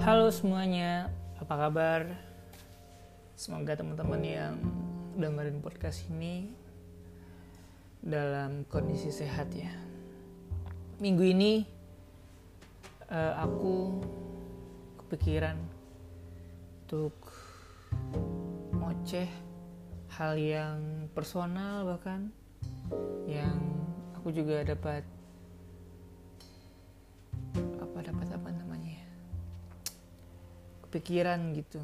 Halo semuanya, apa kabar? Semoga teman-teman yang dengerin podcast ini dalam kondisi sehat ya. Minggu ini aku kepikiran untuk ngoceh hal yang personal, bahkan yang aku juga dapat kepikiran gitu.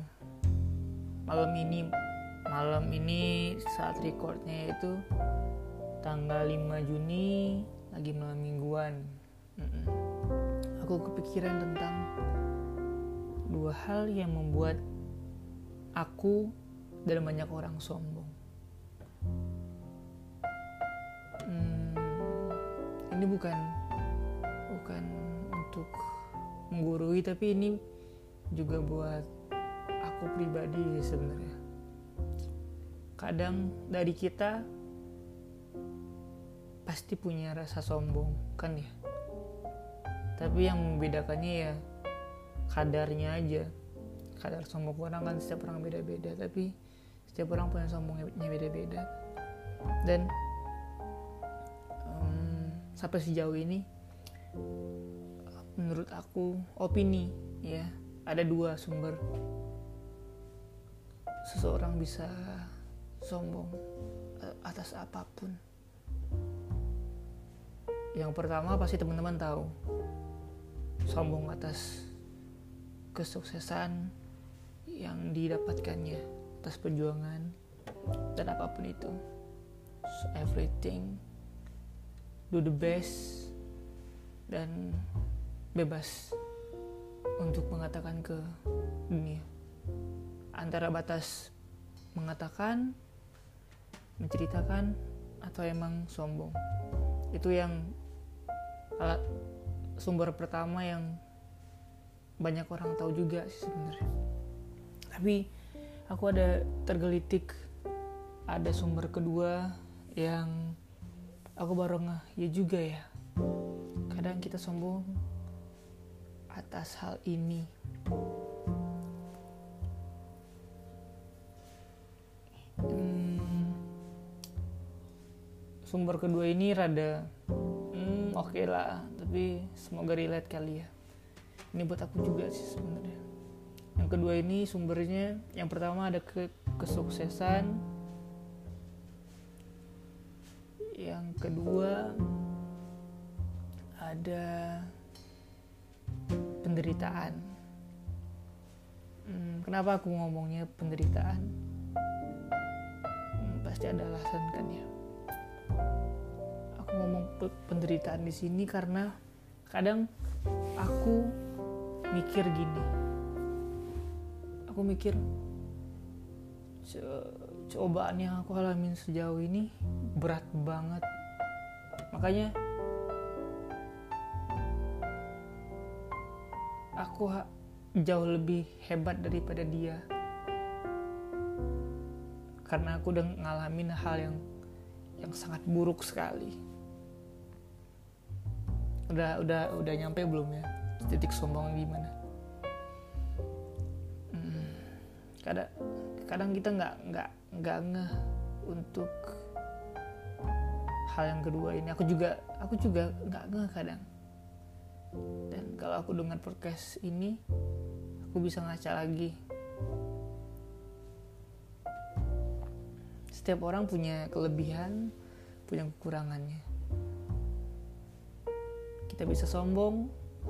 Malam ini saat recordnya itu tanggal 5 Juni, lagi malam mingguan. Aku kepikiran tentang dua hal yang membuat aku dan banyak orang sombong. Ini bukan untuk menggurui, tapi ini juga buat aku pribadi sebenarnya. Kadang dari kita pasti punya rasa sombong kan ya, tapi yang membedakannya ya kadarnya aja. Kadar sombong orang kan setiap orang beda-beda, tapi setiap orang punya sombongnya beda-beda. Dan sampai sejauh ini menurut aku, opini ya, ada dua sumber seseorang bisa sombong atas apapun. Yang pertama pasti teman-teman tahu, sombong atas kesuksesan yang didapatkannya, atas perjuangan dan apapun itu. So, everything, do the best, dan bebas untuk mengatakan ke dunia. Antara batas mengatakan, menceritakan, atau emang sombong. Itu yang sumber pertama yang banyak orang tahu juga sih sebenarnya. Tapi aku ada tergelitik, ada sumber kedua yang aku baru ngeh, ya juga ya. Kadang kita sombong atas hal ini. Sumber kedua ini rada oke lah, tapi semoga relate kali ya. Ini buat aku juga sih sebenarnya. Yang kedua ini sumbernya, yang pertama ada kesuksesan, yang kedua ada penderitaan. Kenapa aku ngomongnya penderitaan? Pasti ada alasan kan ya. Aku ngomong penderitaan di sini karena kadang aku mikir gini. Aku mikir cobaan yang aku alamin sejauh ini berat banget. Makanya aku jauh lebih hebat daripada dia, karena aku udah ngalamin hal yang sangat buruk sekali. Udah nyampe belum ya titik sombong gimana? Kadang kita nggak ngeh untuk hal yang kedua ini. Aku juga nggak ngeh kadang. Dan kalau aku dengar podcast ini, aku bisa ngaca lagi. Setiap orang punya kelebihan, punya kekurangannya. Kita bisa sombong,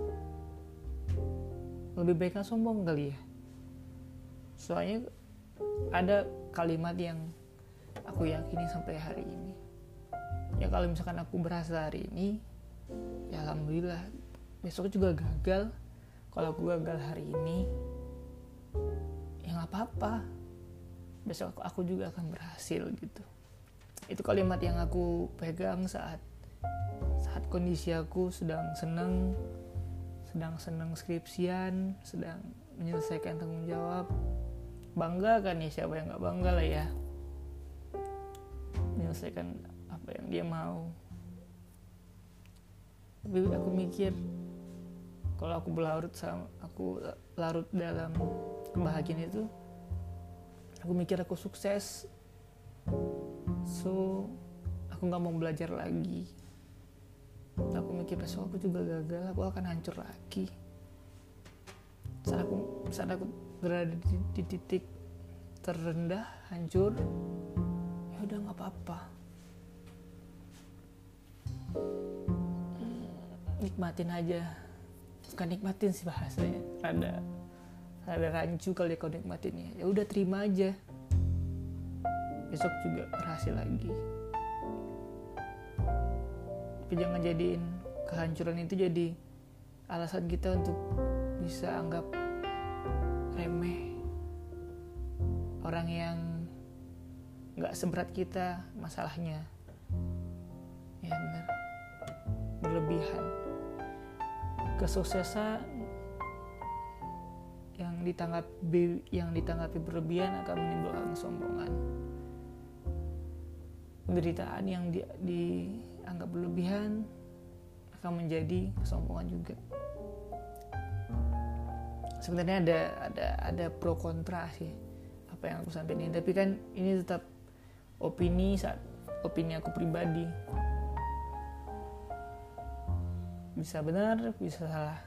lebih baik nggak sombong kali ya. Soalnya ada kalimat yang aku yakini sampai hari ini. Ya kalau misalkan aku berhasil hari ini, ya alhamdulillah. Besok juga gagal. Kalau aku gagal hari ini, ya nggak apa-apa. Besok aku juga akan berhasil gitu. Itu kalimat yang aku pegang saat kondisi aku sedang seneng skripsian, sedang menyelesaikan tanggung jawab. Bangga kan ya, siapa yang nggak bangga lah ya, menyelesaikan apa yang dia mau. Tapi aku mikir, Kalau aku larut dalam kebahagiaan itu, aku mikir aku sukses, so aku nggak mau belajar lagi. Aku mikir besok aku juga gagal, aku akan hancur lagi. Saat aku berada di titik terendah, hancur, ya udah nggak apa-apa. Nikmatin aja, bukan nikmatin sih bahasanya, ada rancu kali kau nikmatinnya. Ya udah terima aja, besok juga berhasil lagi. Tapi jangan jadiin kehancuran itu jadi alasan kita untuk bisa anggap remeh orang yang nggak seberat kita masalahnya. Ya benar, berlebihan. Kesuksesan yang ditanggapi berlebihan akan menimbulkan kesombongan. Penderitaan yang dianggap berlebihan akan menjadi kesombongan juga. Sebenarnya ada pro kontra sih apa yang aku sampaikan ini, tapi kan ini tetap opini aku pribadi. Bisa benar, bisa salah.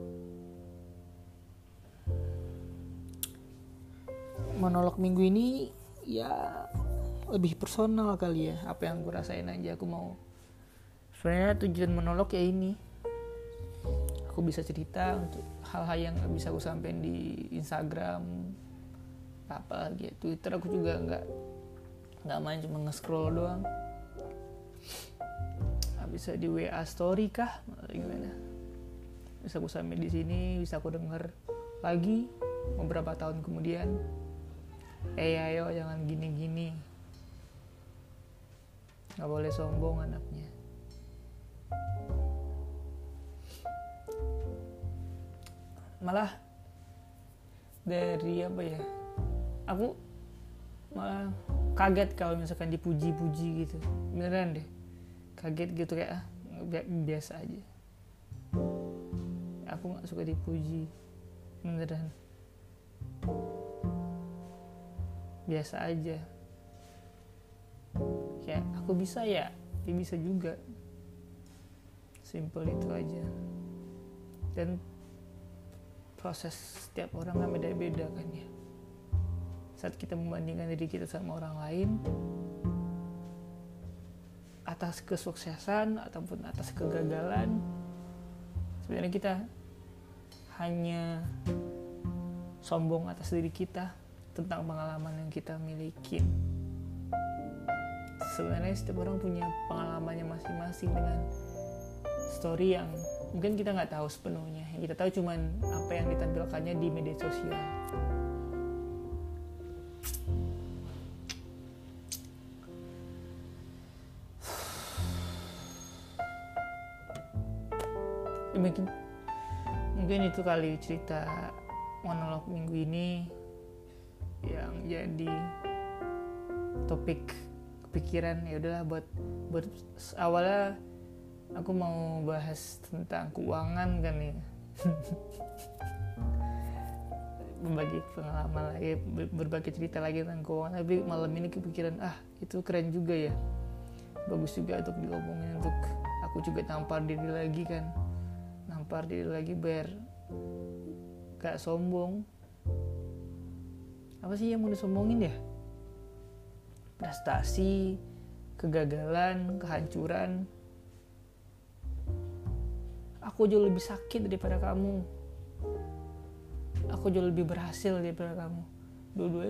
Monolog minggu ini ya lebih personal kali ya, apa yang aku rasain aja. Aku mau, sebenarnya tujuan monolog ya ini, aku bisa cerita untuk hal-hal yang gak bisa aku sampein di Instagram, apa lagi ya, Twitter aku juga nggak main, cuma nge-scroll doang. Gak bisa di WA story kah, gimana? Bisa aku sampai di sini, bisa aku denger lagi beberapa tahun kemudian. Ayo jangan gini-gini, nggak boleh sombong anaknya. Malah dari apa ya, aku malah kaget kalau misalkan dipuji-puji gitu, beneran deh kaget gitu, kayak biasa aja. Aku nggak suka dipuji, beneran biasa aja. Kayak aku bisa ya, dia bisa juga, simple itu aja. Dan proses setiap orang kan beda-beda kan ya. Saat kita membandingkan diri kita sama orang lain atas kesuksesan ataupun atas kegagalan, sebenarnya kita hanya sombong atas diri kita tentang pengalaman yang kita miliki. Sebenarnya setiap orang punya pengalamannya masing-masing dengan story yang mungkin kita nggak tahu sepenuhnya. Yang kita tahu cuman apa yang ditampilkannya di media sosial. Mungkin itu kali cerita monolog minggu ini yang jadi topik kepikiran. Ya udahlah, buat awalnya aku mau bahas tentang keuangan kan ya. Berbagi pengalaman lagi, berbagi cerita lagi tentang keuangan. Tapi malam ini kepikiran, itu keren juga ya, bagus juga untuk diomongin, untuk aku juga nampar diri lagi biar gak sombong. Apa sih yang mau disombongin ya? Prestasi, kegagalan, kehancuran. Aku jauh lebih sakit daripada kamu. Aku jauh lebih berhasil daripada kamu. Dua-duanya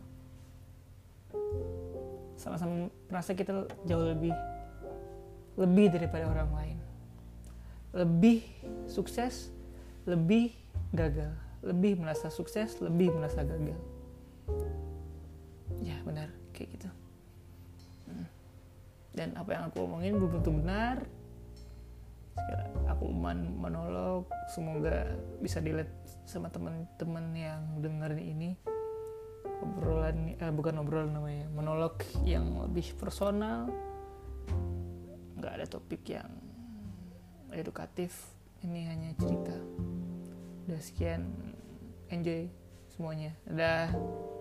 sama-sama merasa kita jauh lebih daripada orang lain. Lebih sukses, lebih gagal. Lebih merasa sukses, lebih merasa gagal. Ya benar, kayak gitu. Dan apa yang aku omongin belum tentu benar. Sekarang aku monolog, semoga bisa dilihat sama teman-teman yang dengerin ini. Monolog yang lebih personal, nggak ada topik yang edukatif, ini hanya cerita. Udah sekian, enjoy semuanya. Dadah.